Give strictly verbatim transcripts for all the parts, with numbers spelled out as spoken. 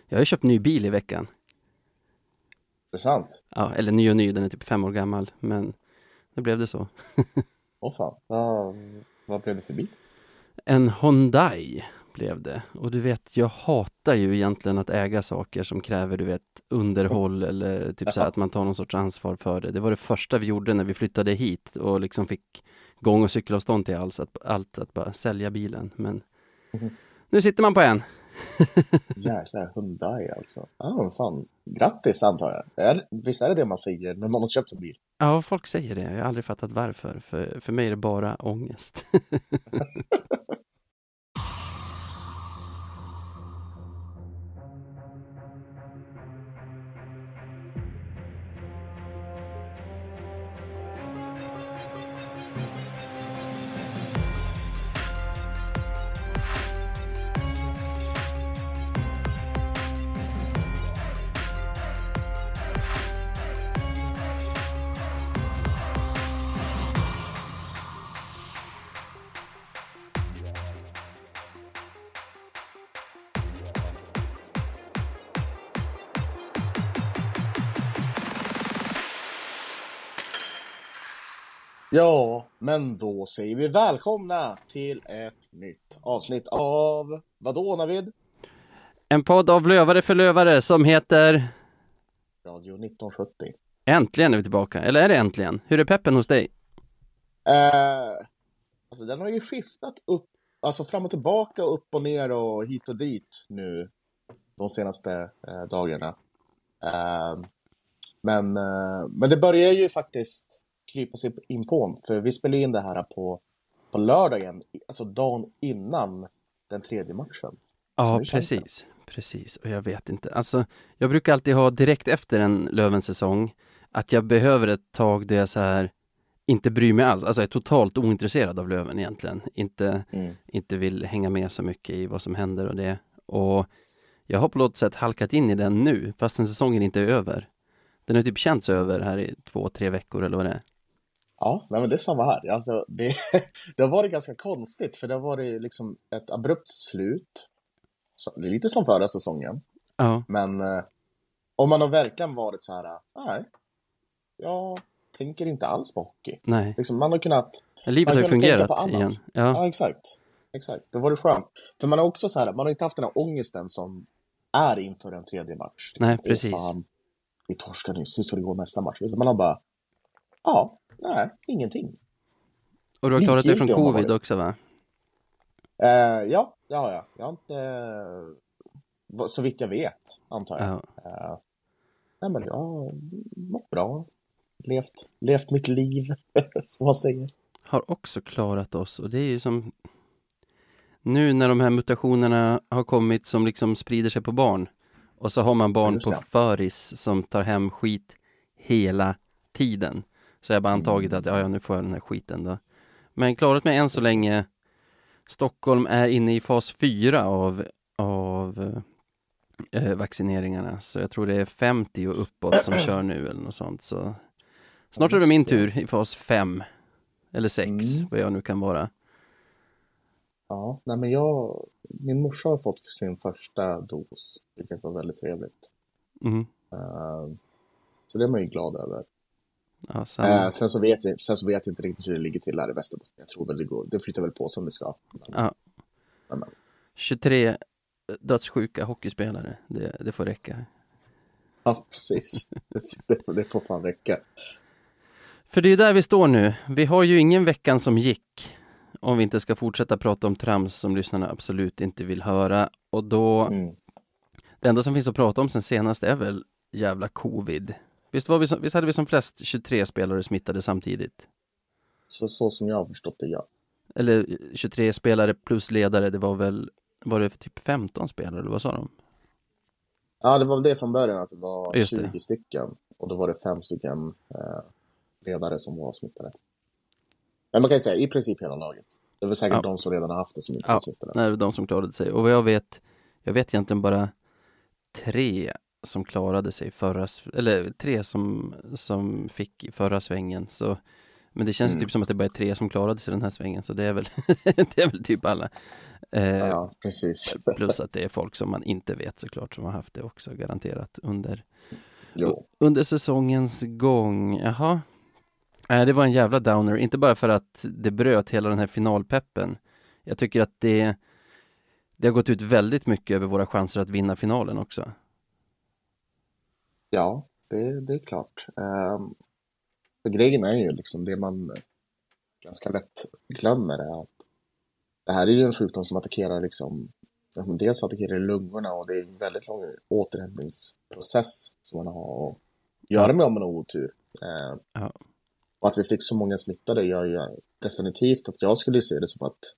Jag har ju köpt ny bil i veckan. Det är sant? Ja, eller ny och ny, den är typ fem år gammal. Men det blev det så. Åh fan, vad, vad blev det för bil? En Hyundai blev det. Och du vet, jag hatar ju egentligen att äga saker som kräver, du vet, underhåll eller typ så här att man tar någon sorts ansvar för det. Det var det första vi gjorde när vi flyttade hit och liksom fick gång- och cykelavstånd till allt, att, allt att bara sälja bilen. Men Mm. nu sitter man på en. Jäklar, Hyundai alltså. Ja, ah, fan. Grattis antar jag. Är, visst är det det man säger när man har köpt en bil? Ja, folk säger det. Jag har aldrig fattat varför. För, för mig är det bara ångest. Ja, men då säger vi välkomna till ett nytt avsnitt av vadå, Navid? En podd av lövare för lövare som heter Radio nitton sjuttio. Äntligen är vi tillbaka. Eller är det äntligen? Hur är peppen hos dig? Eh, alltså den har ju skiftat upp, alltså fram och tillbaka, upp och ner och hit och dit nu de senaste eh, dagarna. Eh, men, eh, men det börjar ju faktiskt krypa sig in på, för vi spelar in det här på, på lördagen, alltså dagen innan den tredje matchen. Ja, precis. Precis, och jag vet inte. Alltså, jag brukar alltid ha direkt efter en Löven-säsong att jag behöver ett tag där jag så här inte bryr mig alls. Alltså jag är totalt ointresserad av Löven egentligen. Inte, Mm. inte vill hänga med så mycket i vad som händer och det. Och jag har på något sätt halkat in i den nu, fast den säsongen inte är över. Den har typ känts över här i två, tre veckor eller vad det är. Ja, nej, men det är samma här. Alltså, det, det har varit ganska konstigt, för det har varit liksom ett abrupt slut. Så, det är lite som förra säsongen. Ja. Men eh, om man har verkligen varit så här, nej, jag tänker inte alls på hockey. Nej. Liksom, man har kunnat... Livet har ju fungerat igen. Ja. Ja, exakt. Exakt, det var det skönt. För man har också så här, man har inte haft den här ångesten som är inför en tredje match. Liksom, Nej, precis. Åh, fan, vi torskar nyss, hur ska det gå nästa match? Man har bara, ja, nej, ingenting. Och du har klarat dig från Likgiltig om man covid varit. också, va? Eh, ja, det har jag. Jag har inte, eh, så vitt jag vet, antar jag. Ja. Eh, nej, men jag har mått bra. Levt, levt mitt liv, som man säger. Har också klarat oss, och det är ju som nu när de här mutationerna har kommit som liksom sprider sig på barn, och så har man barn Just på det. föris som tar hem skit hela tiden, så jag har bara antagit att ja, ja, nu får jag den här skiten då. Men klarat mig än så länge. Stockholm är inne i fas fyra av, av eh, vaccineringarna, så jag tror det är femtio och uppåt som kör nu eller något sånt, så snart är det min tur i fas fem eller sex, Mm. vad jag nu kan vara. Ja, nej men jag, min morsa har fått sin första dos, vilket var väldigt trevligt. Mm. Uh, så det är man ju glad över. Ja, samma. Uh, sen, så vet jag, sen så vet jag inte riktigt hur det ligger till här i Västerbotten. Jag tror väl det går, det flyttar väl på som det ska. Ja. Men, men. tjugotre dödssjuka hockeyspelare, det, det får räcka. Ja, precis. det, det får fan räcka. För det är där vi står nu. Vi har ju ingen veckan som gick, om vi inte ska fortsätta prata om trams som lyssnarna absolut inte vill höra. Och då, Mm. det enda som finns att prata om sen senast är väl jävla covid. Visst, var vi som, visst hade vi som flest tjugotre spelare smittade samtidigt? Så, så som jag har förstått det, ja. Eller tjugotre spelare plus ledare, det var väl, var det typ femton spelare, eller vad sa de? Ja, det var väl det från början, att det var Just det. tjugo stycken. Och då var det fem stycken eh, ledare som var smittade. Men man kan ju säga, i princip hela laget. Det var säkert Ja. de som redan har haft det som inte Ja, var smittade. nej, det var de som klarade sig. Och vad jag vet, jag vet egentligen bara tre som klarade sig förra, eller tre som, som fick i förra svängen. Så, men det känns Mm. typ som att det bara är tre som klarade sig den här svängen. Så det är väl, det är väl typ alla. Eh, Ja, precis. plus att det är folk som man inte vet såklart som har haft det också garanterat under, Jo. under säsongens gång. Jaha. Nej, det var en jävla downer. Inte bara för att det bröt hela den här finalpeppen. Jag tycker att det, det har gått ut väldigt mycket över våra chanser att vinna finalen också. Ja, det, det är klart. Um, för grejen är ju liksom det man ganska lätt glömmer är att det här är ju en sjukdom som attackerar liksom, dels attackerar lungorna och det är en väldigt lång återhämtningsprocess som man har att göra med om man har otur. Uh, Ja. Och att vi fick så många smittade gör ju definitivt att jag skulle se det som att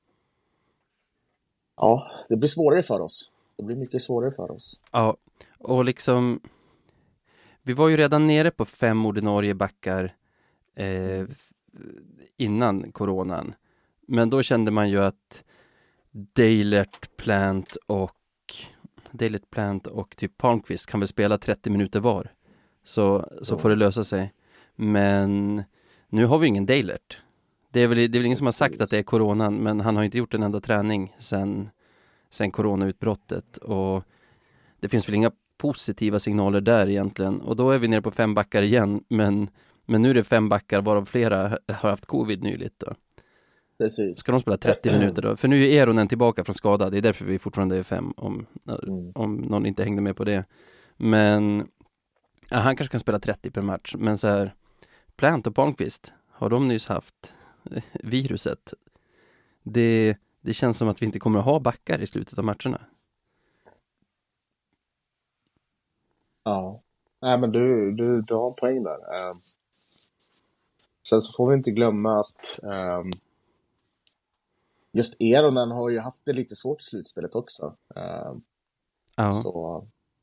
ja, det blir svårare för oss. Det blir mycket svårare för oss. Ja, och liksom vi var ju redan nere på fem ordinarie backar eh, innan coronan. Men då kände man ju att Deilert, Plant och Deilert, Plant och typ Palmqvist kan väl spela trettio minuter var. Så, så Ja. får det lösa sig. Men nu har vi ingen Deilert. Det är väl, det är väl ingen som har sagt att det är coronan, men han har inte gjort en enda träning sen, sen coronautbrottet. Och det finns väl inga positiva signaler där egentligen. Och då är vi nere på fem backar igen. Men, men nu är det fem backar varav flera har haft covid nyligt då. Precis. Ska de spela trettio minuter då? För nu är Eronen tillbaka från skada. Det är därför vi fortfarande är fem om, Mm. om någon inte hängde med på det. Men ja, han kanske kan spela trettio per match. Men så här, Plant och Palmqvist, har de nyss haft viruset? Det, det känns som att vi inte kommer att ha backar i slutet av matcherna. Ja. Nej, men du, du, du har en poäng där. Um, sen så får vi inte glömma att um, just Eronen har ju haft det lite svårt i slutspelet också. Um, Ja. så...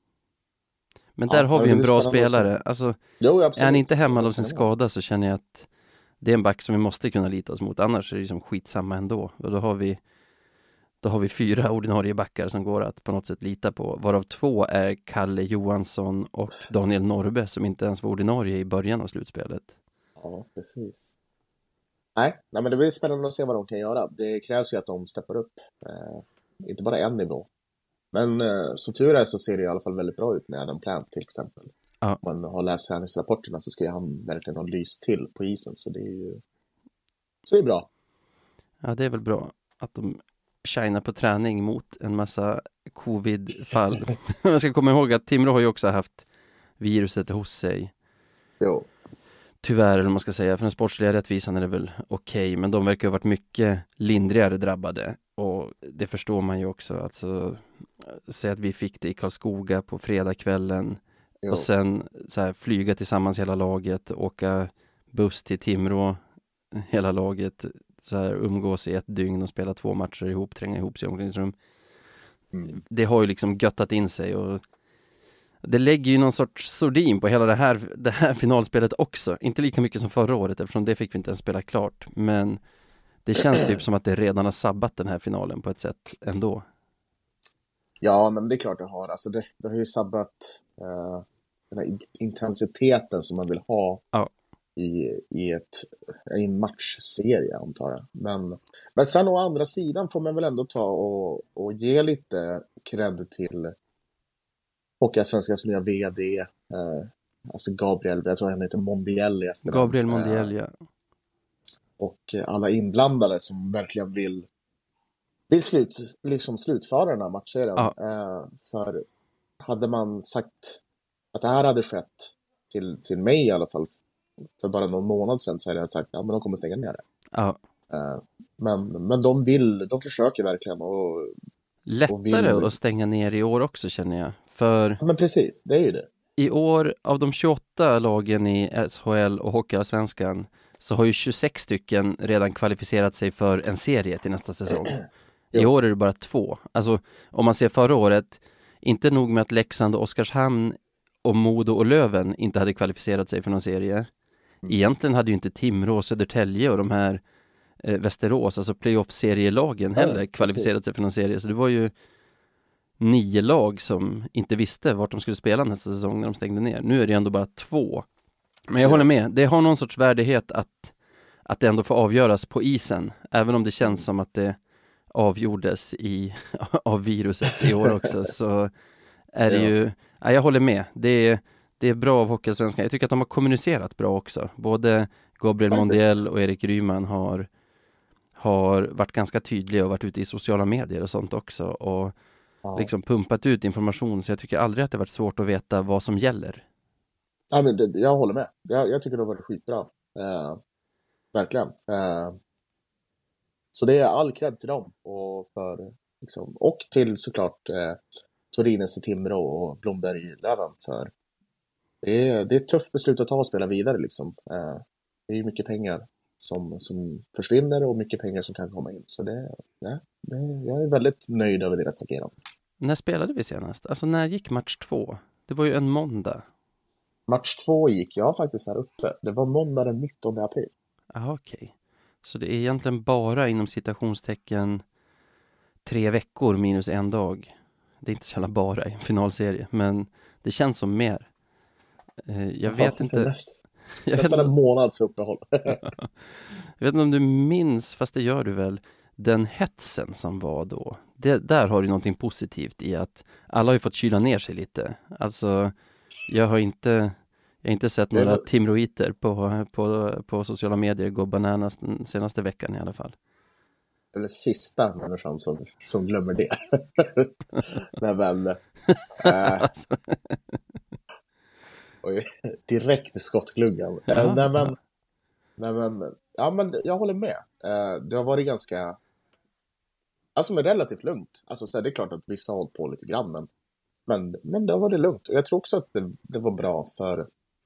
Men där Ja, har det vi en blir bra spännande spelare. också. Alltså, Jo, absolut. är han inte hämmad av Så- sin skada så känner jag att det är en back som vi måste kunna lita oss mot. Annars är det liksom skitsamma ändå. Och då har vi Då har vi fyra ordinarie backar som går att på något sätt lita på. Varav två är Kalle Johansson och Daniel Norbe som inte ens var ordinarie i början av slutspelet. Ja, precis. Nej, nej, men det blir spännande att se vad de kan göra. Det krävs ju att de steppar upp. Eh, inte bara en nivå. Men eh, som tur är så ser det i alla fall väldigt bra ut med Adam Plant till exempel. Ja. Om man har läst träningsrapporterna så ska ju han verkligen ha lys till på isen. Så det är ju så det är bra. Ja, det är väl bra att de shinar på träning mot en massa covid-fall. Man ska komma ihåg att Timrå har ju också haft viruset hos sig. Jo. Tyvärr, eller vad man ska säga. För den sportsliga rättvisan är det väl okej. Okay, men de verkar ha varit mycket lindrigare drabbade. Och det förstår man ju också. Alltså, säg att vi fick det i Karlskoga på fredagskvällen. Jo. Och sen så här, flyga tillsammans hela laget. Åka buss till Timrå. Hela laget. Så här, umgås i ett dygn och spela två matcher ihop. Tränga ihop sig i omklädningsrum. Mm. Det har ju liksom göttat in sig. Och det lägger ju någon sorts sordin på hela det här, det här finalspelet också. Inte lika mycket som förra året eftersom det fick vi inte ens spela klart. Men det känns typ som att det redan har sabbat den här finalen på ett sätt ändå. Ja, men det är klart det har. Alltså det, det har ju sabbat eh, den här intensiteten som man vill ha Ja. i, i, ett, i en matchserie, antar jag. Men, men sen å andra sidan får man väl ändå ta och, och ge lite cred till Hockeyallsvenskans nya V D, eh, alltså Gabriel, jag tror han heter Mondiel i efternamn. Gabriel Mondiel, ja. Och alla inblandade som verkligen vill, vill slut, liksom slutföra den här matchserien. Ja. Eh, för hade man sagt att det här hade skett till, till mig i alla fall för bara någon månad sedan, så hade jag sagt att ja, men de kommer stänga ner det. Ja. Eh, men, men de vill, de försöker verkligen. Och, Lättare och vill... att stänga ner i år också känner jag. För ja, men precis, det är ju det. i år av de tjugoåtta lagen i S H L och Hockeyallsvenskan så har ju tjugosex stycken redan kvalificerat sig för en serie till nästa säsong. I år är det bara två. Alltså om man ser förra året, inte nog med att Leksand och Oskarshamn och Modo och Löven inte hade kvalificerat sig för någon serie. Egentligen hade ju inte Timrå, Södertälje och de här eh, Västerås, alltså playoff-serielagen heller Ja, kvalificerat precis. sig för någon serie. Så det var ju nio lag som inte visste vart de skulle spela nästa säsong när de stängde ner. Nu är det ändå bara två. Men jag Ja. håller med, det har någon sorts värdighet att, att det ändå får avgöras på isen. Även om det känns som att det avgjordes i, av viruset i år också, så är det Ja. ju, ja, jag håller med. Det är, det är bra av Hockeyallsvenskan. Jag tycker att de har kommunicerat bra också. Både Gabriel Faktiskt. Mondiel och Erik Ryman har, har varit ganska tydliga och varit ute i sociala medier och sånt också. Och Ja. liksom pumpat ut information. Så jag tycker aldrig att det har varit svårt att veta vad som gäller. Ja, men det, jag håller med. Jag, jag tycker det har varit skitbra. Eh, verkligen. Eh, så det är all cred till dem. Och, för, liksom, och till såklart eh, Torines i Timrå och Blomberg i Löven. För det, är, det är ett tufft beslut att ta och spela vidare. Liksom. Eh, det är ju mycket pengar som, som försvinner och mycket pengar som kan komma in. Så det, ja, det, jag är väldigt nöjd över deras agerande. När spelade vi senast? Alltså när gick match två? Det var ju en måndag. Match två gick jag faktiskt här uppe. Det var måndag den nittonde april. Ja, okej. Okay. Så det är egentligen bara inom citationstecken tre veckor minus en dag. Det är inte så jävla bara i en finalserie, men det känns som mer. Eh, jag vet Ja, inte. Näst, jag nästan vet, en månads uppehåll. jag vet inte om du minns, fast det gör du väl, den hetsen som var då. Det, där har du någonting positivt i att alla har ju fått kyla ner sig lite. Alltså, jag har inte, jag har inte sett några var... timroiter på, på, på sociala medier gå bananas den senaste veckan i alla fall. Eller sista människan som, som glömmer det. Nej, men... Äh, alltså. oj, direkt i skottgluggan. Ja. Äh, nej, men, nej, men... Ja, men jag håller med. Äh, det har varit ganska... Alltså, men relativt lugnt. Alltså, så här, det är klart att vissa har hållit på lite grann, men... Men, men det har varit lugnt. Och jag tror också att det, det var bra för...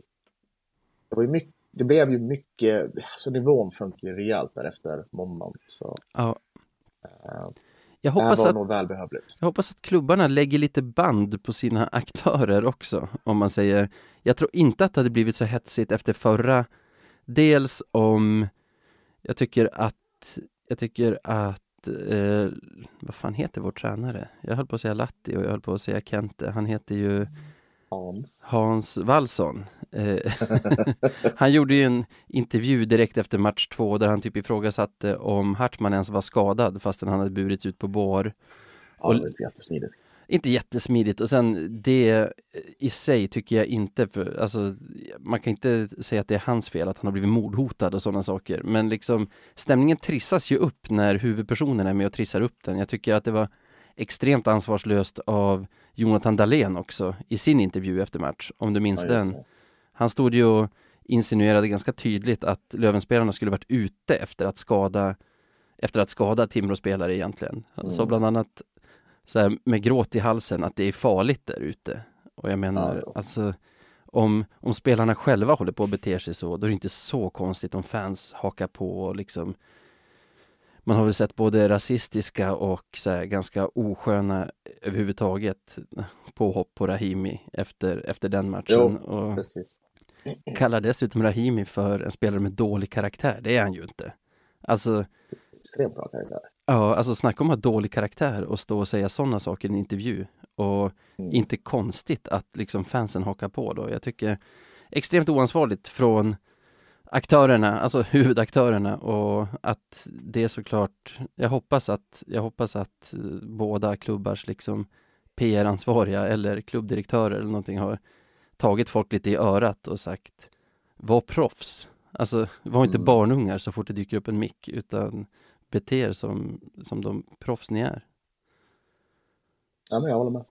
Det var ju mycket... Det blev ju mycket... Alltså, nivån sjönk ju rejält där efter måndagen. Så... Ja. Äh, Jag hoppas, det var att, nog välbehövligt. jag hoppas att klubbarna lägger lite band på sina aktörer också, om man säger. Jag tror inte att det hade blivit så hetsigt efter förra. Dels om, jag tycker att, jag tycker att, eh, vad fan heter vår tränare? Jag höll på att säga Latti och jag höll på att säga Kente. Han heter ju Hans. Hans Wallson. Eh, han gjorde ju en intervju direkt efter match två där han typ ifrågasatte om Hartman ens var skadad fastän han hade burits ut på bår. Ja, det var inte jättesmidigt. Inte jättesmidigt. Och sen det i sig tycker jag inte, för, alltså man kan inte säga att det är hans fel att han har blivit mordhotad och sådana saker. Men liksom stämningen trissas ju upp när huvudpersonen är med och trissar upp den. Jag tycker att det var extremt ansvarslöst av Jonathan Dahlén också i sin intervju efter match, om du minns Ja, den. Han stod ju och insinuerade ganska tydligt att Lövenspelarna skulle varit ute efter att skada efter att skada Timrå-spelare egentligen. Han Mm. sa bland annat så här, med gråt i halsen att det är farligt där ute. Och jag menar, Ja, ja. alltså om, om spelarna själva håller på att bete sig så, då är det inte så konstigt om fans hakar på och liksom. Man har väl sett både rasistiska och så här, ganska osköna överhuvudtaget påhopp på Rahimi efter, efter den matchen. Jo, och precis. kallar dessutom Rahimi för en spelare med dålig karaktär. Det är han ju inte. Alltså, Extremt bra karaktär. ja, alltså snacka om att ha dålig karaktär och stå och säga sådana saker i en intervju. Och Mm. inte konstigt att liksom fansen hakar på då. Jag tycker extremt oansvarigt från aktörerna, alltså huvudaktörerna, och att det är såklart, jag hoppas att jag hoppas att båda klubbars liksom P R-ansvariga eller klubbdirektörer eller någonting har tagit folk lite i örat och sagt, var proffs. Alltså, var inte Mm. barnungar så fort det dyker upp en mick, utan bete er som, som de proffs ni är. Ja, men jag håller med.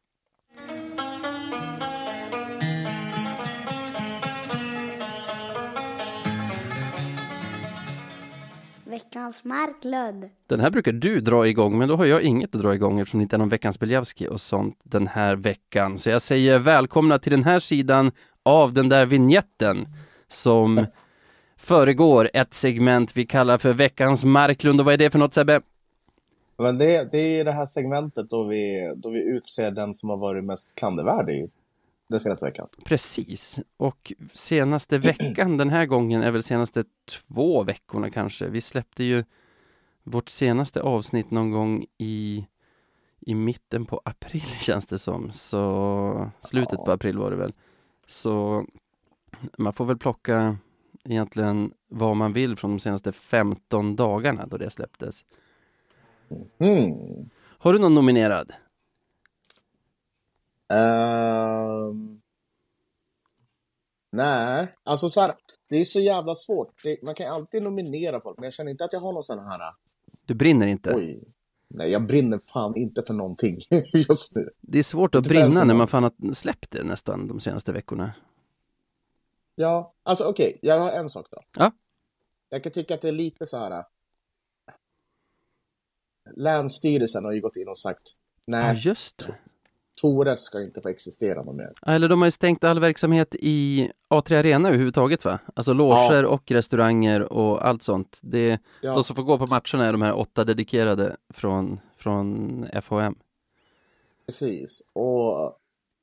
Veckans Marklund. Den här brukar du dra igång, men då har jag inget att dra igång eftersom det inte är någon veckans Beljavski och sånt den här veckan. Så jag säger välkomna till den här sidan av den där vignetten som föregår ett segment vi kallar för veckans Marklund. Och vad är det för något, Sebbe? Men det, det är det här segmentet då vi, då vi utser den som har varit mest klandervärd i den senaste veckan. Precis. Och senaste veckan, den här gången är väl senaste två veckorna kanske. Vi släppte ju vårt senaste avsnitt någon gång i, i mitten på april känns det som. Så slutet Ja. på april var det väl. Så man får väl plocka egentligen vad man vill från de senaste femton dagarna då det släpptes. Mm. Har du någon nominerad? Ehm, nej, alltså så här, det är så jävla svårt. Det, man kan ju alltid nominera folk, men jag känner inte att jag har någon sån här. Du brinner inte? Oj, nej, jag brinner fan inte för någonting just nu. Det är svårt att Inte brinna frälsen när någon. man fan har släppt det nästan de senaste veckorna. Ja, alltså okej, jag har en sak då. Ja. Jag kan tycka att det är lite så här. Länsstyrelsen har ju gått in och sagt Ja, nej, just det. Tores ska inte få existera någon mer. Eller de har ju stängt all verksamhet i A tre Arena överhuvudtaget, va? Alltså loger och restauranger och allt sånt. Det, Ja, De som får gå på matcherna är de här åtta dedikerade från, från F H M. precis. Och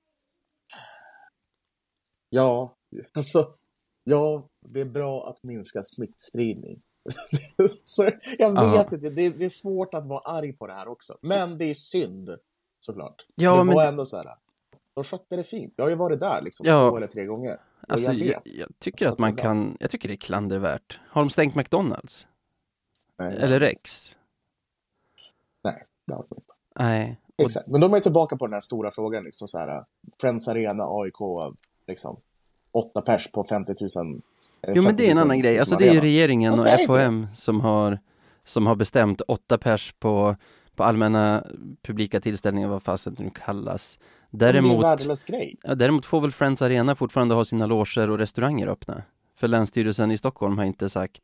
ja, alltså, ja, det är bra att minska smittspridning. Så jag vet Ja. inte, det, det är svårt att vara arg på det här också. Men det är synd, såklart. Ja, det men var det- ändå så här. De skötte det fint. Jag har ju varit där liksom Ja. två eller tre gånger. Och Alltså, jag jag, vet. jag tycker att man kan, jag tycker det är klandervärt. Har de stängt McDonalds? Nej, Eller Rex? nej, det har de inte. Nej. Och, Exakt. Men de är tillbaka på den här stora frågan. Liksom så här, Friends Arena, A I K, liksom, åtta pers på femtio tusen. jo, men det är en annan grej. Alltså det är ju regeringen Alltså, och är det F H M som har, som har bestämt åtta pers på, på allmänna publika tillställningar, vad fasen det nu kallas. Det är en Däremot, värdelös grej. ja, däremot får väl Friends Arena fortfarande ha sina loger och restauranger öppna. För Länsstyrelsen i Stockholm har inte sagt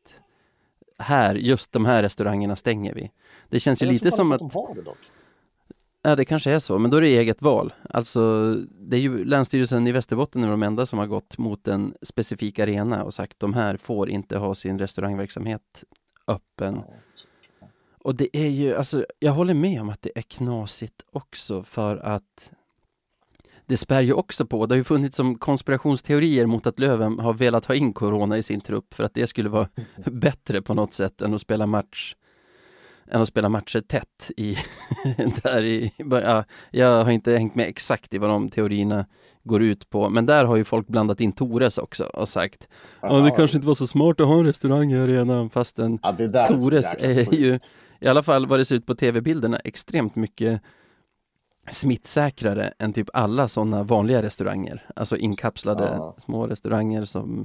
här, just de här restaurangerna stänger vi. Det känns ju Jag lite tror fan som inte att, att de har det dock. ja, det kanske är så, men då är det eget val. Alltså, det är ju Länsstyrelsen i Västerbotten är de enda som har gått mot en specifik arena och sagt de här får inte ha sin restaurangverksamhet öppen. Ja. Och det är ju, alltså, jag håller med om att det är knasigt också, för att det spär ju också på, det har ju funnits som konspirationsteorier mot att Löven har velat ha in corona i sin trupp för att det skulle vara bättre på något sätt än att spela match än att spela matcher tätt i där i, ja, jag har inte hängt med exakt i vad de teorierna går ut på, men där har ju folk blandat in Tores också och sagt ja, det kanske inte var så smart att ha en restaurang i arenan, fastän Ja, det där Tores jäkla är ju, sjukt. i alla fall vad det ser ut på tv-bilderna, extremt mycket smittsäkrare än typ alla sådana vanliga restauranger. Alltså inkapslade Ja. små restauranger som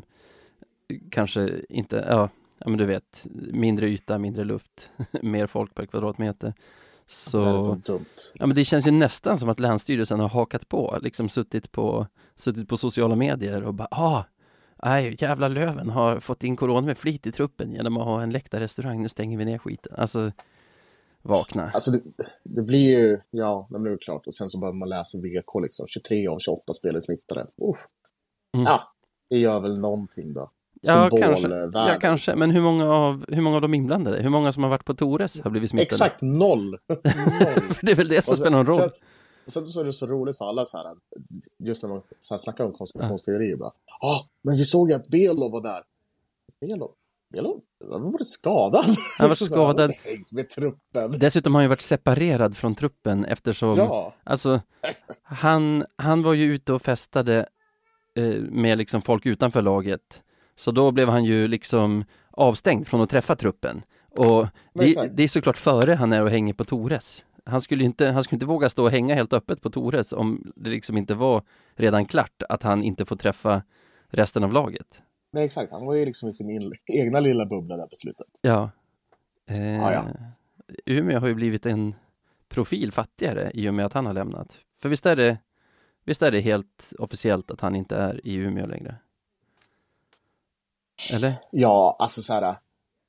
kanske inte, ja, ja men du vet, mindre yta, mindre luft, mer folk per kvadratmeter. Så, Det är så dumt. ja men det känns ju nästan som att Länsstyrelsen har hakat på, liksom suttit på, suttit på sociala medier och bara, ah, nej, jävla Löven har fått in corona med flit i truppen genom att ha en läktarrestaurang, nu stänger vi ner skiten. Alltså, vakna. Alltså det, det blir ju, ja, det blir ju klart. Och sen så börjar man läsa V K liksom, tjugotre av tjugoåtta spelare smittade. Uff. Mm. Ja, det gör väl någonting då. Ja, kanske. Symbolvärde, Ja, kanske. liksom. Men hur många av, hur många av de inblandade? Hur många som har varit på Tores har blivit smittade? Exakt noll. noll. För det är väl det som Och spelar någon roll. Sen, och sen så är det så roligt för alla så här, just när man så här snackar om konspirationsteorier. Ja, ah, men vi såg ju att Belo var där. Belo? Belo? Han var skadad. Han var Så skadad. Han hade hängt med truppen. Dessutom har han ju varit separerad från truppen eftersom, Ja. alltså, han, han var ju ute och festade eh, med liksom folk utanför laget. Så då blev han ju liksom avstängd från att träffa truppen. Och det, exakt. det är såklart före han är och hänger på Tores. Han skulle inte, han skulle inte våga stå och hänga helt öppet på Tores om det liksom inte var redan klart att han inte får träffa resten av laget. Nej, exakt. Han var ju liksom i sin in- egna lilla bubbla där på slutet. Ja. Eh, Ah, ja. Umeå har ju blivit en profil fattigare i och med att han har lämnat. För visst är det, visst är det helt officiellt att han inte är i Umeå längre? Eller? Ja, alltså så här. Ja.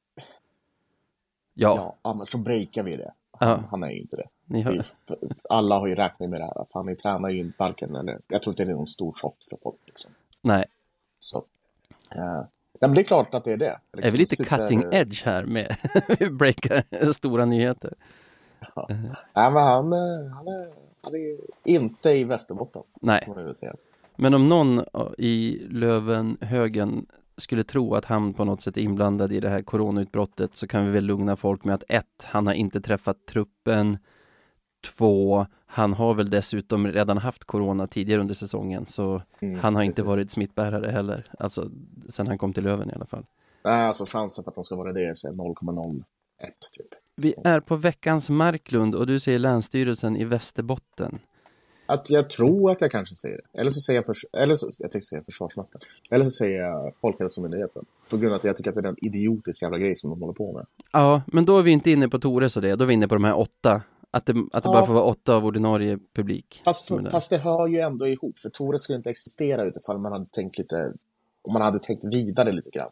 Ja, annars så breakar vi det. Han, Ja. han är ju inte det. Ni hör. Alla har ju räknat med det här. För han tränar ju inte varken, eller jag tror inte det är någon stor chock för folk liksom. Nej. Så. Uh, ja, men det är klart att det är det. Liksom, Är vi lite super- cutting edge här med vi breakar stora nyheter? Ja. Nej, men han, eh, han, är, han är inte i Västerbotten. Nej. Får man väl säga. Men om någon i Lövenhögen skulle tro att han på något sätt är inblandad i det här coronautbrottet, så kan vi väl lugna folk med att ett, han har inte träffat truppen. Två, han har väl dessutom redan haft corona tidigare under säsongen, så Mm, han har inte precis. varit smittbärare heller. Alltså sen han kom till Löven i alla fall. Nej, alltså chansen för att han ska vara det är noll komma noll ett typ. Vi är på veckans Marklund och du säger Länsstyrelsen i Västerbotten. Att jag tror att jag kanske säger det. Eller så säger jag, förs- eller så, jag tänkte säga Försvarsmakten. Eller så säger jag Folkhälsomyndigheten. På grund av att jag tycker att det är en idiotisk jävla grej som de håller på med. Ja, men då är vi inte inne på Tores och det. Då är vi inne på de här åtta. Att det, att det Ja, bara får vara åtta av ordinarie publik. Fast, som är där. fast det hör ju ändå ihop. För Tore skulle inte existera utifall man hade tänkt lite... Om man hade tänkt vidare lite grann.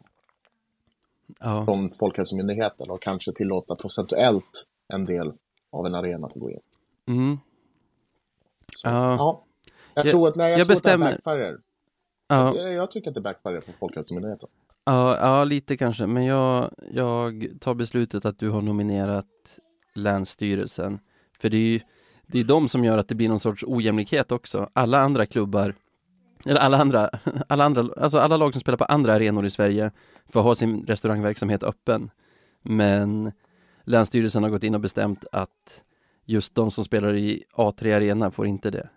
Ja. Från Folkhälsomyndigheten. Och kanske tillåta procentuellt en del av en arena att gå in. Mm. Så, Ja. ja. Jag, Jag- tror att, nej, jag, jag tror bestämmer- att det backfire. Ja. Jag, jag tycker att det backfire från Folkhälsomyndigheten. Ja, ja, lite kanske. Men jag, jag tar beslutet att du har nominerat Länsstyrelsen. För det är ju det är de som gör att det blir någon sorts ojämlikhet också. Alla andra klubbar, eller alla andra, alla andra, alltså alla lag som spelar på andra arenor i Sverige får ha sin restaurangverksamhet öppen. Men Länsstyrelsen har gått in och bestämt att just de som spelar i A tre Arena får inte det.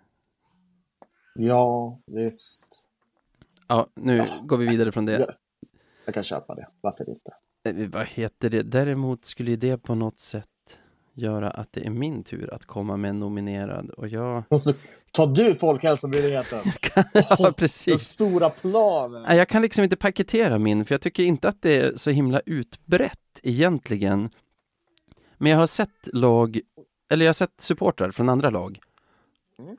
Ja, visst. Ja, nu Ja. går vi vidare från det. Ja. Jag kan köpa det. Varför inte? Eh, Vad heter det? Däremot skulle det på något sätt göra att det är min tur att komma med en nominerad. Och jag... Och så tar du Folkhälsomyndigheten. ja, Den precis. stora planen. Nej, jag kan liksom inte paketera min, för jag tycker inte att det är så himla utbrett egentligen. Men jag har sett lag, eller jag har sett supportrar från andra lag. Mm.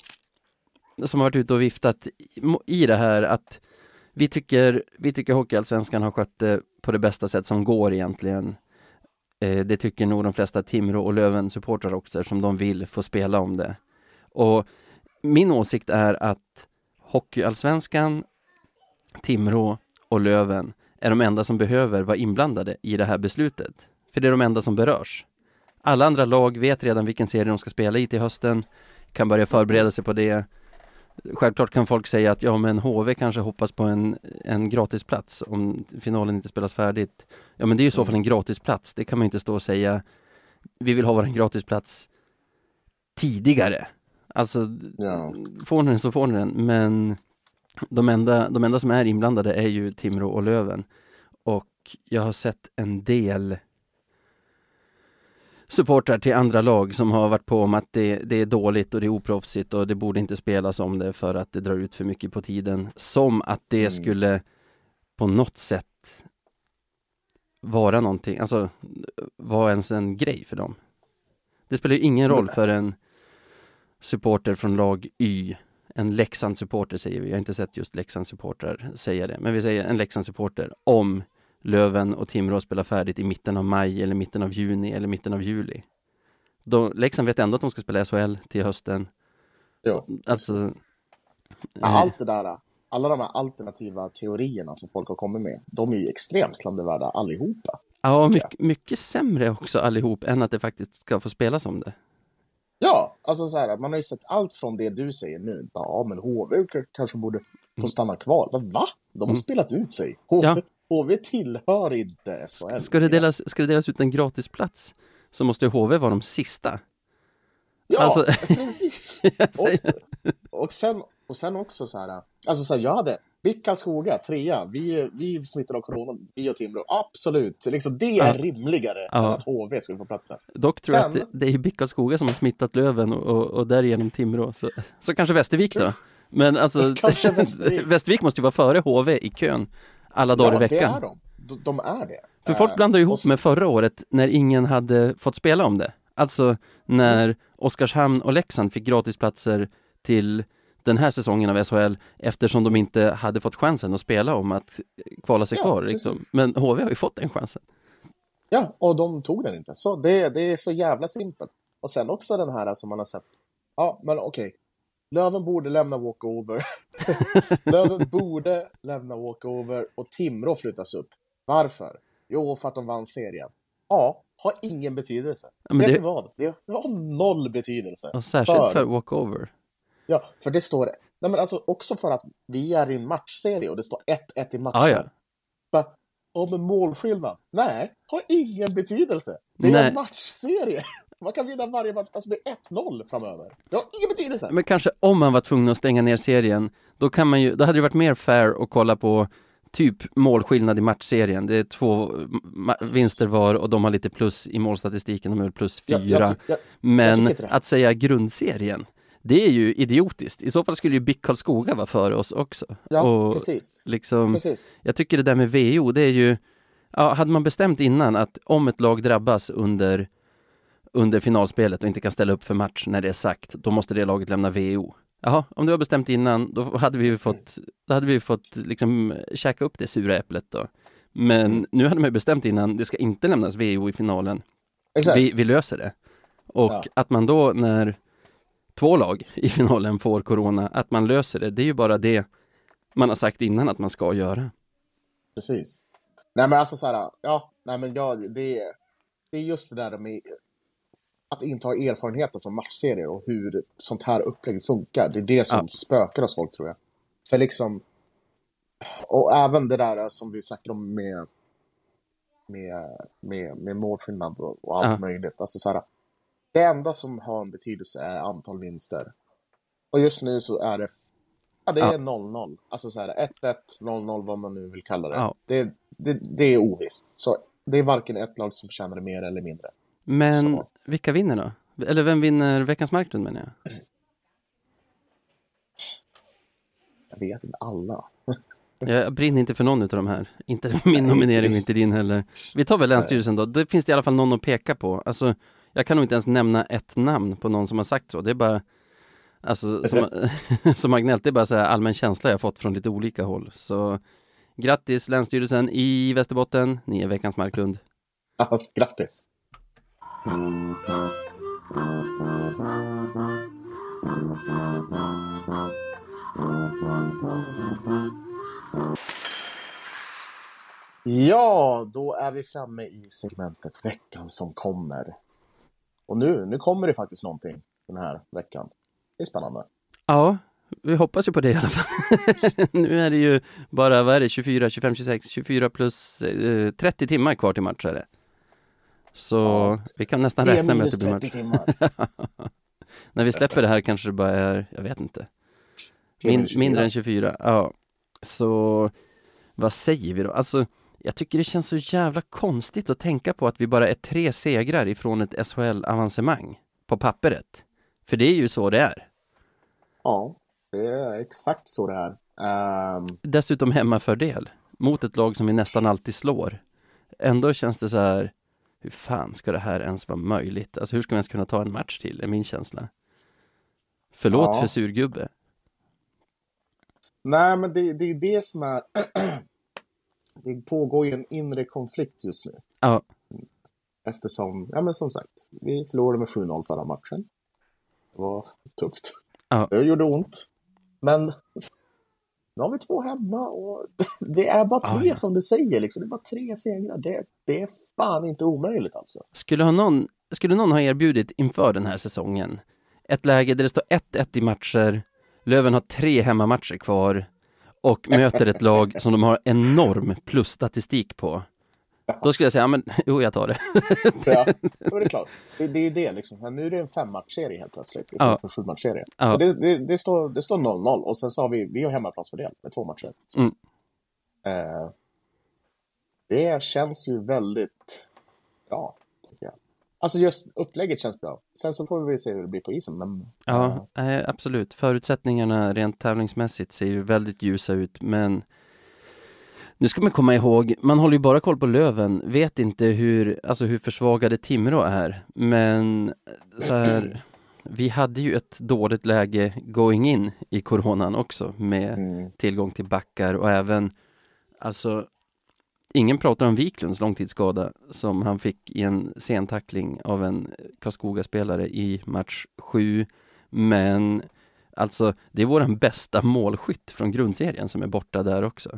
Som har varit ute och viftat i- i det här att vi tycker, vi tycker Hockeyallsvenskan har skött det på det bästa sätt som går egentligen. Eh, det tycker nog de flesta Timrå och Löven supportrar också, som de vill få spela om det. Och min åsikt är att Hockeyallsvenskan, Timrå och Löven är de enda som behöver vara inblandade i det här beslutet. För det är de enda som berörs. Alla andra lag vet redan vilken serie de ska spela i till hösten, kan börja förbereda sig på det. Självklart kan folk säga att ja, men H V kanske hoppas på en, en gratisplats om finalen inte spelas färdigt. Ja, men det är ju i så fall en gratisplats. Det kan man ju inte stå och säga. Vi vill ha vår gratisplats tidigare. Alltså, Ja. får ni den så får ni den. Men de enda, de enda som är inblandade är ju Timrå och Löven. Och jag har sett en del supportrar till andra lag som har varit på om att det, det är dåligt och det är oproffsigt och det borde inte spelas om det för att det drar ut för mycket på tiden. Som att det Mm. skulle på något sätt vara någonting, alltså vara ens en grej för dem. Det spelar ju ingen roll för en supporter från lag Y. En Leksand-supporter säger vi. Jag har inte sett just Leksand-supportrar säga det. Men vi säger en Leksand-supporter om Löven och Timrå spelar färdigt i mitten av maj eller mitten av juni eller mitten av juli. Då, Leksand vet ändå att de ska spela S H L till hösten. Ja. Alltså, Ja, allt det där, alla de här alternativa teorierna som folk har kommit med, de är ju extremt klandervärda allihopa. ja, mycket, mycket sämre också allihop än att det faktiskt ska få spelas om det. Ja, alltså så här, man har ju sett allt från det du säger nu. Ja, men H V k- kanske borde få stanna kvar. Men va? De har Mm. spelat ut sig. H V, Ja. H V tillhör inte S H L. Ska det delas, ska det delas ut en gratisplats så måste ju H V vara de sista. Ja, alltså- precis. Jag säger- Och, och, sen, och sen också så här, alltså så här, jag hade BIK Karlskoga, trea, vi, vi smittade av corona, vi och Timrå, absolut. Liksom, det är Ja. rimligare Ja. än att H V skulle få platsen. Dock tror jag Sen- att det, det är BIK Karlskoga som har smittat Löven och, och, och därigenom Timrå. Så, så kanske Västervik då. Men alltså, Kanske Västervik. Västervik måste ju vara före H V i kön alla dagar Ja, i veckan. det är de. De, de är det. För folk Eh, blandar ju och ihop s- med förra året när ingen hade fått spela om det. Alltså när Oskarshamn och Leksand fick gratisplatser till den här säsongen av S H L eftersom de inte hade fått chansen att spela om att kvala sig Ja, kvar. Liksom. precis. Men H V har ju fått den chansen. Ja, och de tog den inte. Så det, det är så jävla simpelt. Och sen också den här som man har sett. Ja, men okej. Löven borde lämna walkover. Löven borde lämna walkover och Timrå flyttas upp. Varför? Jo, för att de vann serien. Ja, har ingen betydelse. Ja, men Vet det- ni vad? Det har noll betydelse. Och särskilt för walkover. Ja, för det står... Nej, men alltså också för att vi är i en matchserie och det står ett ett i matchen. Ja, ja. Bara, ja, men målskillnad. Nej, har ingen betydelse. Det är Nej. en matchserie. Man kan vinna varje match, alltså med ett noll framöver. Det har ingen betydelse. Men kanske om man var tvungen att stänga ner serien, då kan man ju, då hade det varit mer fair att kolla på typ målskillnad i matchserien. Det är två ma- vinster var och de har lite plus i målstatistiken. De är plus fyra. Jag, jag, jag, Men jag att säga grundserien, det är ju idiotiskt. I så fall skulle ju B I K Karlskoga vara för oss också. Ja, och precis. Liksom, precis. Jag tycker det där med V O, det är ju... Ja, hade man bestämt innan att om ett lag drabbas under, under finalspelet och inte kan ställa upp för match när det är sagt, då måste det laget lämna V O. Jaha, om du har bestämt innan, då hade vi fått, då hade vi fått liksom käka upp det sura äpplet då. Men mm. nu hade man ju bestämt innan, det ska inte lämnas V O i finalen. Exakt. Vi, vi löser det. Och ja. Att man då, när två lag i finalen får corona, att man löser det, det är ju bara det man har sagt innan att man ska göra. Precis. Nej men alltså så här, ja, nej men ja, det, är, det är just det där med att inte ha erfarenheten från matchserier och hur sånt här upplägg funkar. Det är det som ja. spökar hos folk, tror jag. För liksom, och även det där som vi snackar om med med, med, med målskillnad och, och allt ja. möjligt. Alltså så här, det enda som har en betydelse är antal vinster. Och just nu så är det ja, det är ja. noll noll. Alltså så här, ett ett, noll noll, vad man nu vill kalla det. Ja. Det, det. Det är ovisst. Så det är varken ett lag som förtjänar det mer eller mindre. Men så. Vilka vinner då? Eller vem vinner veckans Marklund, menar jag? Jag vet inte, alla. Jag brinner inte för någon av de här. Inte min nominering och inte din heller. Vi tar väl Länsstyrelsen då. Det finns det i alla fall någon att peka på. Alltså, jag kan nog inte ens nämna ett namn på någon som har sagt så. Det är bara, alltså, som, som Agnellt, det är bara så här allmän känsla jag fått från lite olika håll. Så grattis Länsstyrelsen i Västerbotten. Ni är veckans Marklund. Ja, grattis. Ja, då är vi framme i segmentet veckan som kommer. Och nu, nu kommer det faktiskt någonting den här veckan. Det är spännande. Ja, vi hoppas ju på det i alla fall. Nu är det ju bara, vad är det, tjugofyra, tjugofem, tjugosex, tjugofyra plus eh, trettio timmar kvar till match är det. Så ja, vi kan nästan räkna med att det blir match. Timmar. När vi släpper det här kanske det bara är, jag vet inte, Min, mindre än tjugofyra. Ja, så vad säger vi då? Alltså, jag tycker det känns så jävla konstigt att tänka på att vi bara är tre segrar ifrån ett S H L-avancemang på pappret. För det är ju så det är. Ja, det är exakt så det är. Um... Dessutom hemmafördel mot ett lag som vi nästan alltid slår. Ändå känns det så här, hur fan ska det här ens vara möjligt? Alltså hur ska man ens kunna ta en match till, är min känsla. Förlåt ja. för surgubbe. Nej, men det, det är det som är... det pågår ju en inre konflikt just nu. Ja. Eftersom, ja men som sagt, vi förlorade med sju noll förra matchen. Det var tufft. Ja. Det gjorde ont. Men nu har vi två hemma och det är bara tre, ja, ja. som du säger. Liksom. Det är bara tre segrar. Det, det är fan inte omöjligt alltså. Skulle, ha någon, skulle någon ha erbjudit inför den här säsongen ett läge där det står ett ett i matcher, Löven har tre hemmamatcher kvar och möter ett lag som de har enorm plusstatistik på. Då skulle jag säga, ja men, jo jag tar det. Ja, då är det klart. Det, det är det liksom. Nu är det en femmatchserie helt plötsligt istället ja. för sjumatchserie. Ja. Det, det, det, står, det står noll noll och sen så har vi, vi har hemmaplansfördel med två matcher. Mm. Eh, det känns ju väldigt bra, tycker jag. Alltså just upplägget känns bra. Sen så får vi se hur det blir på isen. Men, ja, äh, absolut. Förutsättningarna rent tävlingsmässigt ser ju väldigt ljusa ut, men nu ska man komma ihåg, man håller ju bara koll på Löven, vet inte hur, alltså hur försvagade Timrå är, men så här, vi hade ju ett dåligt läge going in i coronan också med mm. tillgång till backar och även, alltså ingen pratar om Wiklunds långtidsskada som han fick i en sentackling av en Karlskoga-spelare i match sju, men alltså det är våran bästa målskytt från grundserien som är borta där också.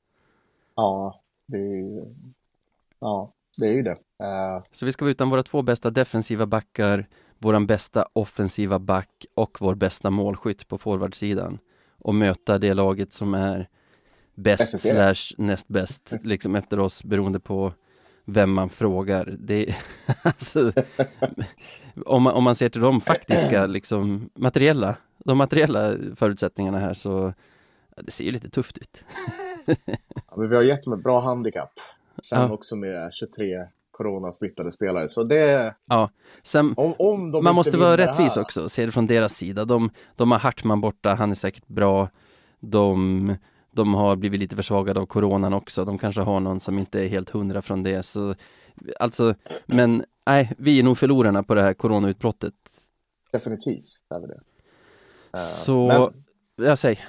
Ja, det är, ja, det är ju det. Uh... Så vi ska vara utan våra två bästa defensiva backar, våran bästa offensiva back och vår bästa målskytt på forwardsidan och möta det laget som är bäst slash näst bäst liksom efter oss beroende på vem man frågar. Det, alltså, om, man, om man ser till de faktiska liksom, materiella, de materiella förutsättningarna här så det ser ju lite tufft ut. Ja, men vi har gett dem ett bra handikapp. Sen Ja. också med tjugotre coronasmittade spelare. Så det... Ja, sen, Om, om de man inte måste vara vinner det rättvis här, också, se det från deras sida. De, de har Hartman borta, han är säkert bra. De, de har blivit lite försvagade av coronan också. De kanske har någon som inte är helt hundra från det. Så, alltså, men nej, vi är nog förlorarna på det här coronautbrottet. Definitivt är vi det. Eh, Så, men, jag säger.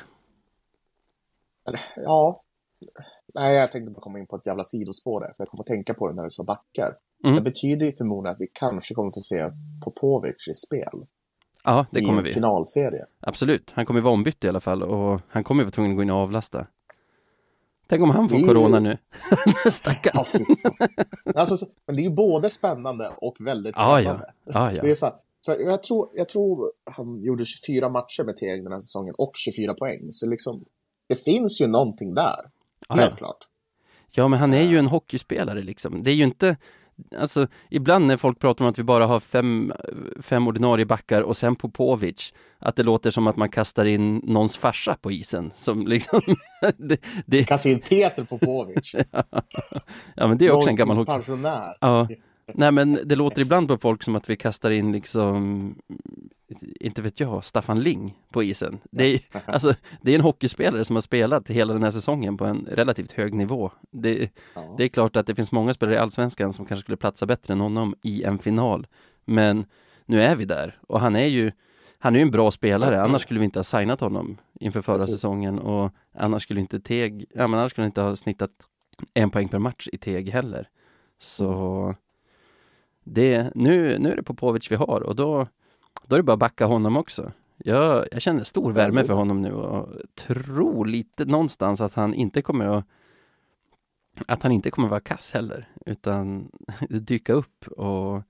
eller, ja. Nej, jag tänkte bara komma in på ett jävla sidospår där. För jag kommer att tänka på det när det så backar. Mm. Det betyder ju förmodligen att vi kanske kommer att få se Popovic i spel. Ja, det I kommer en vi. finalserie. Absolut, han kommer vara ombytt i alla fall. Och han kommer vara tvungen att gå in och avlasta. Tänk om han får Det är- corona nu. Stackarn. Ja, fy fan. Alltså, så- men det är ju både spännande och väldigt Ja, spännande. ja. Ja, ja. Det är så här, för jag, tror, jag tror han gjorde tjugofyra matcher med Teg den här säsongen och tjugofyra poäng. Så liksom, det finns ju någonting där. Ja, Helt ja. klart. Ja, men han är ju en hockeyspelare liksom. Det är ju inte, alltså ibland när folk pratar om att vi bara har fem, fem ordinarie backar och sen Popovic, att det låter som att man kastar in någons farsa på isen. Som liksom, det, det, Kasta in Peter Popovic. ja, men det är också en gammal hockey. pensionär. Ja. Nej, men det låter ibland på folk som att vi kastar in liksom, inte vet jag, Staffan Ling på isen. Det är, alltså, det är en hockeyspelare som har spelat hela den här säsongen på en relativt hög nivå. Det, Ja. det är klart att det finns många spelare i Allsvenskan som kanske skulle platsa bättre än honom i en final. Men nu är vi där och han är ju han är ju en bra spelare, annars skulle vi inte ha signat honom inför förra Precis. säsongen och annars skulle inte Teg, ja men annars skulle han inte ha snittat en poäng per match i Teg heller. Så det, nu, nu är det Popovic vi har och då, då är det bara att backa honom också. Jag, jag känner stor värme för honom nu och tror lite någonstans att han inte kommer att att han inte kommer vara kass heller utan dyka upp och, Han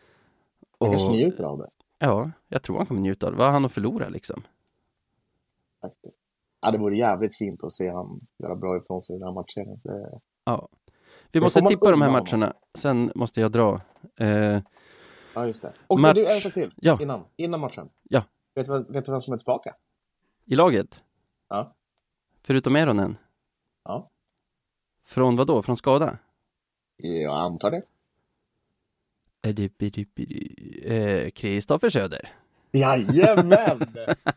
och kanske njuter av det. ja, jag tror han kommer njuta av det. Vad har han att förlora liksom? Faktiskt. Ja, det vore jävligt fint att se han göra bra ifrån sig i den här matchen. Det... Ja. Vi Det måste får man tippa de här unna honom. matcherna. Sen måste jag dra. Eh, Ja, just det. Och Match- du, en sak till. Ja. Innan, innan matchen. Ja. Vet du, vad- vet du vem som är tillbaka? I laget? Ja. Förutom Eronen? Ja. Från vad då? Från skada? Jag antar det. Är det bidu, bidu, eh, Kristoffer Söder? Jajamän!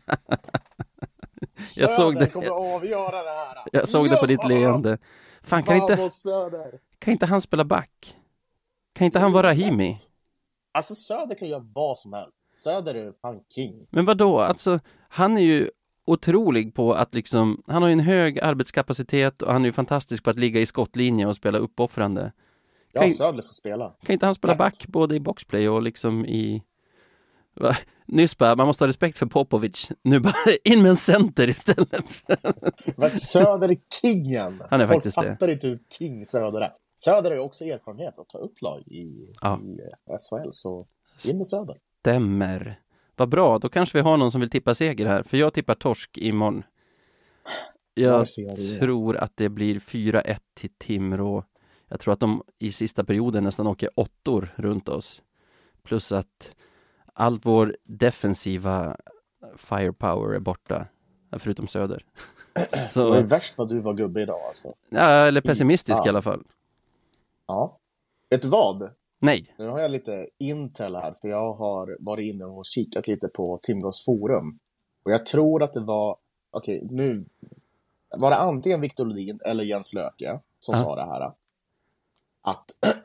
Jag såg Söder det. kommer att avgöra det här. Jag såg det på ditt leende. Fan, kan inte, Vamos, Söder. kan inte han spela back? Kan inte han vara Rahimi? Alltså Söder kan göra vad som helst. Söder är fan king. Men vad då? Alltså, han är ju otrolig på att liksom, han har ju en hög arbetskapacitet och han är ju fantastisk på att ligga i skottlinje och spela uppoffrande. Ja, Kan- Söder ska spela. Kan inte han spela Lätt. back både i boxplay och liksom i... Va? Nyss bara, man måste ha respekt för Popovic. Nu bara in med en center istället. Men Söder är kingen. Han är Folk faktiskt det. fattar inte hur king Söder är. Söder har ju också erfarenhet att ta upp lag i, Ja. i S H L. Så in med Söder. Stämmer. Vad bra, då kanske vi har någon som vill tippa seger här. För jag tippar torsk imorgon. Jag Varför gör du det? tror att det blir fyra ett till Timrå. Jag tror att de i sista perioden nästan åker åttor runt oss. Plus att allt vår defensiva firepower är borta. Förutom Söder. Det var ju Så, värst vad du var gubbe idag alltså. ja, eller pessimistisk Fan. i alla fall. Ja. Vet du vad? Nej. Nu har jag lite intel här. För jag har varit inne och kikat lite på Timrås forum. Och jag tror att det var... Okej, nu... Var det antingen Victor Lodin eller Jens Löke som Ja. sa det här. Att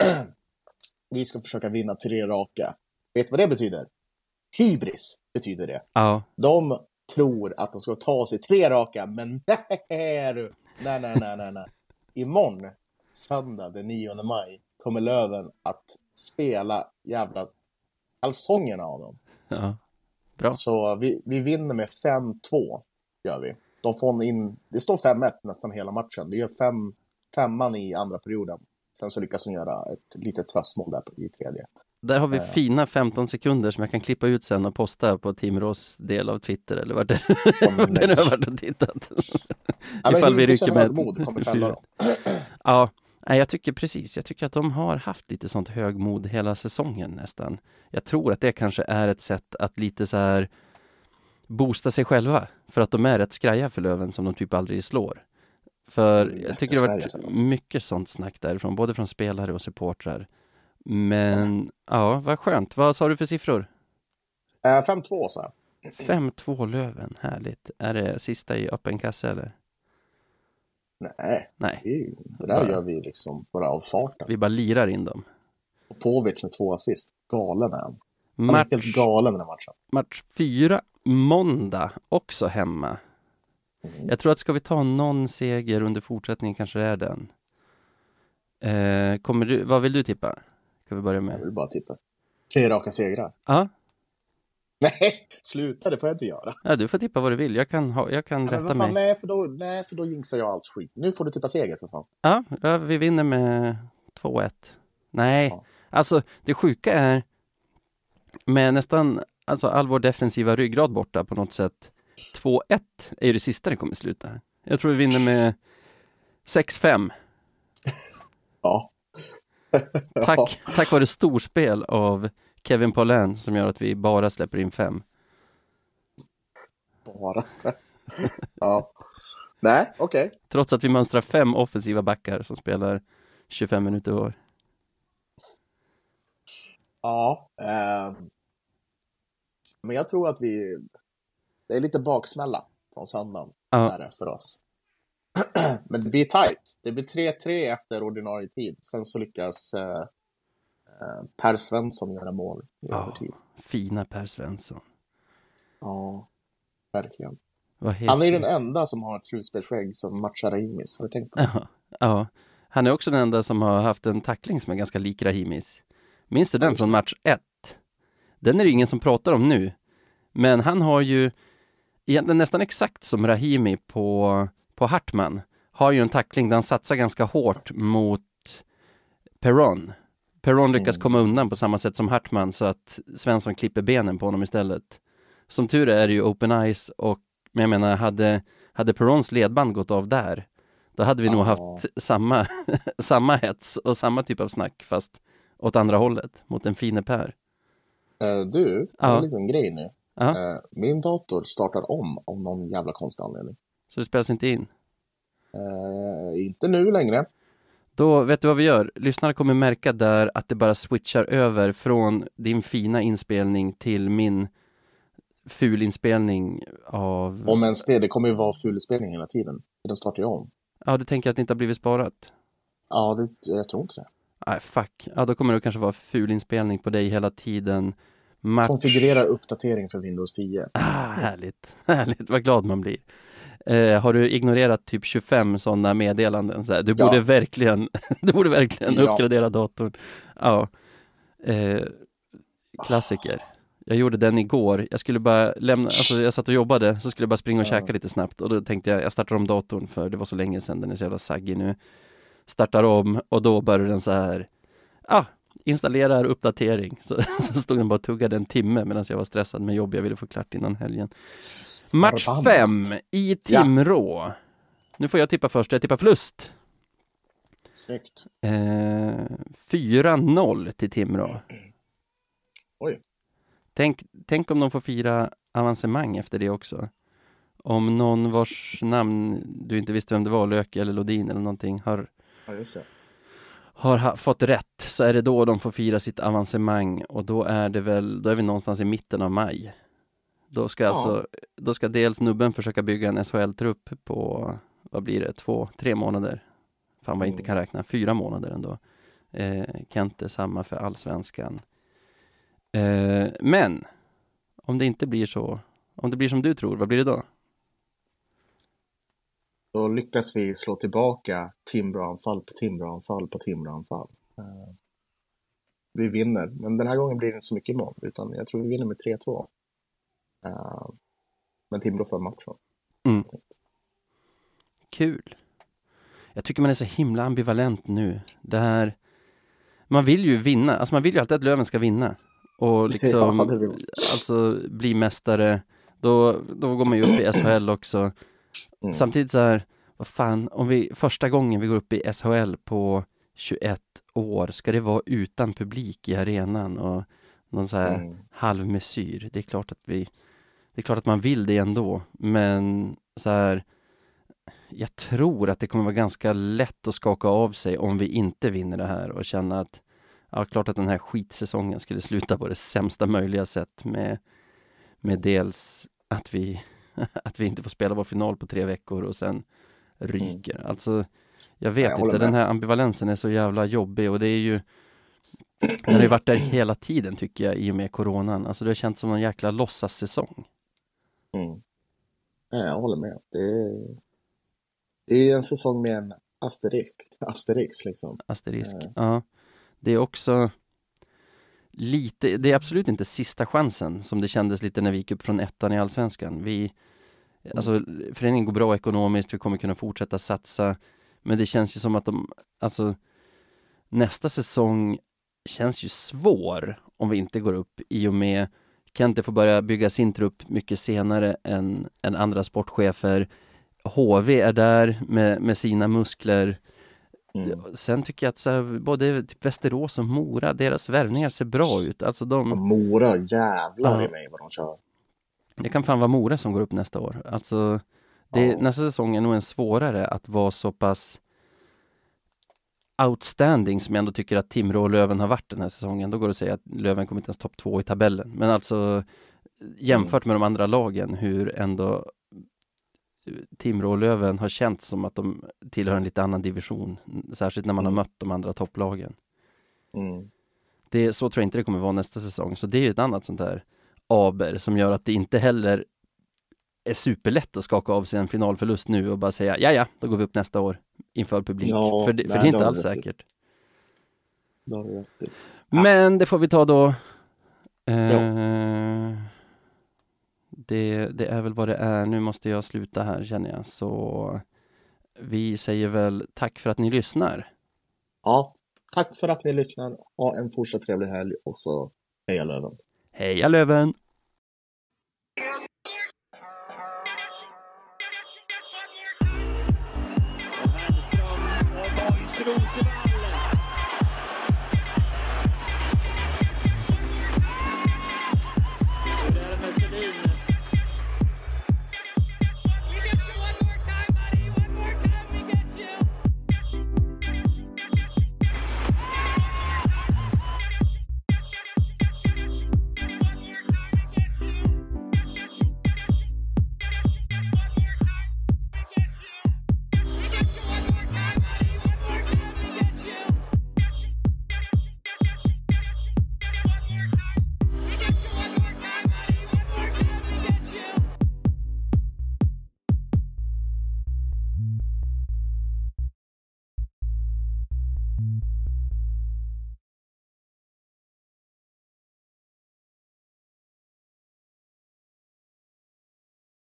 vi ska försöka vinna tre raka. Vet du vad det betyder? Hybris betyder det. Ja, De tror att de ska ta sig tre raka, men nej, du. nej, nej, nej, nej, nej. Imorgon, söndag den nionde maj, kommer Löven att spela jävla allsångerna av dem. ja. Bra. Så vi, vi vinner med fem två, gör vi. De får in, det står fem ett nästan hela matchen. Det gör fem, femman i andra perioden. Sen så lyckas de göra ett litet tröstmål där i tredje. Där har vi Eh. fina femton sekunder som jag kan klippa ut sen och posta på Timrås del av Twitter eller vart det, men vart det nu nej. har varit och tittat. Ja, men Ifall vi Hugo rycker med högmod kommer fälla dem. Ja, nej, jag tycker precis. Jag tycker att de har haft lite sånt högmod hela säsongen nästan. Jag tror att det kanske är ett sätt att lite så här boosta sig själva. För att de är rätt skraja för Löven som de typ aldrig slår. För Mm, jag tycker det har Sverige för varit oss. mycket sånt snack därifrån, både från spelare och supportrar. Men ja, vad skönt. Vad sa du för siffror? Eh, fem två så här. fem två Löven, härligt. Är det sista i öppen kasse eller? Nej, Nej, det, är ju- det där Bara- gör vi liksom bara av farten. vi bara lirar in dem. Och Povic med två assist. Galen är han. Han är helt Match, galen den här matchen. match fyra, måndag, också hemma. Mm. Jag tror att ska vi ta någon seger under fortsättningen kanske det är den. Eh, kommer du, vad vill du tippa? Kan vi börja Jag med? vill bara tippa. Tre raka segrar. Ja, Nej, sluta, det får jag inte göra. ja, du får tippa vad du vill. Jag kan, ha, jag kan Ja, men rätta vad fan, mig. nej, för då, nej, för då jinxar jag allt skit. Nu får du tippa seger för fan. Ja, ja, vi vinner med två ett. Nej, Ja. alltså det sjuka är med nästan alltså, all vår defensiva ryggrad borta på något sätt. två ett är ju det sista det kommer sluta. Jag tror vi vinner med sex fem. Ja. Tack, tack vare storspel av Kevin Paulin som gör att vi bara släpper in fem. Bara. Ja. Nej, okej. Trots att vi mönstrar fem offensiva backar som spelar tjugofem minuter var. Ja. ehm. Men jag tror att vi... Det är lite baksmälla från söndagen. Ja. Är det för oss. Men det blir tajt. Det blir tre tre efter ordinarie tid. Sen så lyckas eh, eh, Per Svensson göra mål i Ja. övertid. Fina Per Svensson. Ja, verkligen. Vad heter... Han är ju den enda som har ett slutspelsskägg som matchar Rahimis. Har du tänkt på det? Ja, ja, han är också den enda som har haft en tackling som är ganska lik Rahimis. Minns du den Ja, från match ett? Den är det ingen som pratar om nu. Men han har ju egentligen nästan exakt som Rahimi på, på Hartman. Har ju en tackling där han satsar ganska hårt mot Perron. Perron lyckas Mm. komma undan på samma sätt som Hartman så att Svensson klipper benen på honom istället. Som tur är det ju open eyes och men jag menar hade, hade Perrons ledband gått av där då hade vi nog Ja. haft samma, samma hets och samma typ av snack fast åt andra hållet mot en fine Per. Eh, du, Ja. jag har en liten grej nu. Ja. Eh, min dator startar om av någon jävla konstig anledning. Så det spelas inte in. Eh, inte nu längre. Då vet du vad vi gör? Lyssnarna kommer märka där att det bara switchar över från din fina inspelning till min fulinspelning av... Om ens det, det kommer ju vara fulspelning hela tiden. Den startar ju om. Ja, du tänker att det inte har blivit sparat? Ja, det, jag tror inte det. Nej, fuck. Ja, då kommer det kanske vara fulinspelning på dig hela tiden. Match... Konfigurera uppdatering för Windows tio. Ah, härligt. Härligt. Vad glad man blir. Eh, har du ignorerat typ tjugofem sådana meddelanden? Så här, du Ja. borde verkligen, du borde verkligen Ja. uppgradera datorn. Ja. Eh, klassiker. Jag gjorde den igår. Jag skulle bara lämna, alltså jag satt och jobbade, så skulle jag bara springa och Ja. käka lite snabbt. Och då tänkte jag, jag startar om datorn för det var så länge sedan, den är så jävla saggig nu. Startar om och då börjar den så här, ah, installerar uppdatering. Så, så stod den bara och tuggade en timme medan jag var stressad med jobb jag ville få klart innan helgen. Match Förbannat. fem i Timrå. Nu får jag tippa först, jag tippar förlust. Snyggt. Eh, fyra noll till Timrå. Oj. Tänk, tänk om de får fira avancemang efter det också. Om någon vars namn du inte visste vem det var, Löke eller Lodin eller någonting, har, Ja, just det. har ha, fått rätt, så är det då de får fira sitt avancemang. Och då är det väl, då är vi någonstans i mitten av maj. Då ska Ja. alltså, då ska dels nubben försöka bygga en S H L-trupp på, vad blir det, två, tre månader. Fan vad jag inte kan räkna, fyra månader ändå. Eh, Kente samma för allsvenskan. Eh, men om det inte blir så, om det blir som du tror, vad blir det då? Då lyckas vi slå tillbaka Timrå-anfall på Timrå-anfall på Timrå-anfall. Eh, vi vinner, men den här gången blir det inte så mycket mål, utan jag tror vi vinner med tre två. Eh, men Timrå för matchen. Mm. Kul. Jag tycker man är så himla ambivalent nu. Det här, man vill ju vinna, alltså man vill ju alltid att Löven ska vinna. Och liksom, Ja, det vill man. alltså bli mästare. Då, då går man ju upp i S H L också. Mm. Samtidigt så här, vad fan, om vi första gången vi går upp i S H L på tjugoett år, ska det vara utan publik i arenan och någon så här Mm. halvmesyr. Det är klart att vi, det är klart att man vill det ändå, men så här, jag tror att det kommer vara ganska lätt att skaka av sig om vi inte vinner det här och känna att ja, klart att den här skitsäsongen skulle sluta på det sämsta möjliga sätt med, med dels att vi, att vi inte får spela vår final på tre veckor och sen ryker. Mm. Alltså, jag vet jag inte, den här ambivalensen är så jävla jobbig och det är ju den har ju varit där hela tiden tycker jag i och med coronan. Alltså det har känts som en jäkla låtsassäsong. Mm. Ja, jag håller med. Det är, det är en säsong med en asterisk. Asterix liksom. Asterisk, ja. ja. Det är också lite, det är absolut inte sista chansen som det kändes lite när vi gick upp från ettan i Allsvenskan. Vi, mm. alltså föreningen går bra ekonomiskt, vi kommer kunna fortsätta satsa. Men det känns ju som att de, alltså nästa säsong känns ju svår om vi inte går upp i och med Kente får börja bygga sin trupp mycket senare än, än andra sportchefer. H V är där med, med sina muskler. Mm. Sen tycker jag att så här, både typ Västerås och Mora, deras värvningar ser bra ut. Alltså de, och Mora, jävlar ja. I mig vad de kör. Det kan fan vara Mora som går upp nästa år. Alltså, det, ja. Nästa säsong är nog en svårare att vara så pass outstanding som jag ändå tycker att Timrå och Löven har varit den här säsongen. Då går det att säga att Löven kommer inte ens topp två i tabellen. Men alltså jämfört med de andra lagen hur ändå Timrå och Löven har känt som att de tillhör en lite annan division. Särskilt när man mm. har mött de andra topplagen. Mm. Det, så tror jag inte det kommer vara nästa säsong. Så det är ju ett annat sånt där aber som gör att det inte heller är superlätt att skaka av sig en finalförlust nu och bara säga ja ja, då går vi upp nästa år inför publik. Ja, för det, för nej, det är inte alls säkert. Det. Men det får vi ta då. Eh, ja. det, det är väl vad det är. Nu måste jag sluta här känner jag. Så vi säger väl tack för att ni lyssnar. Ja, tack för att ni lyssnar. Ha en fortsatt trevlig helg och så heja Löven. Heja Löven! Strong,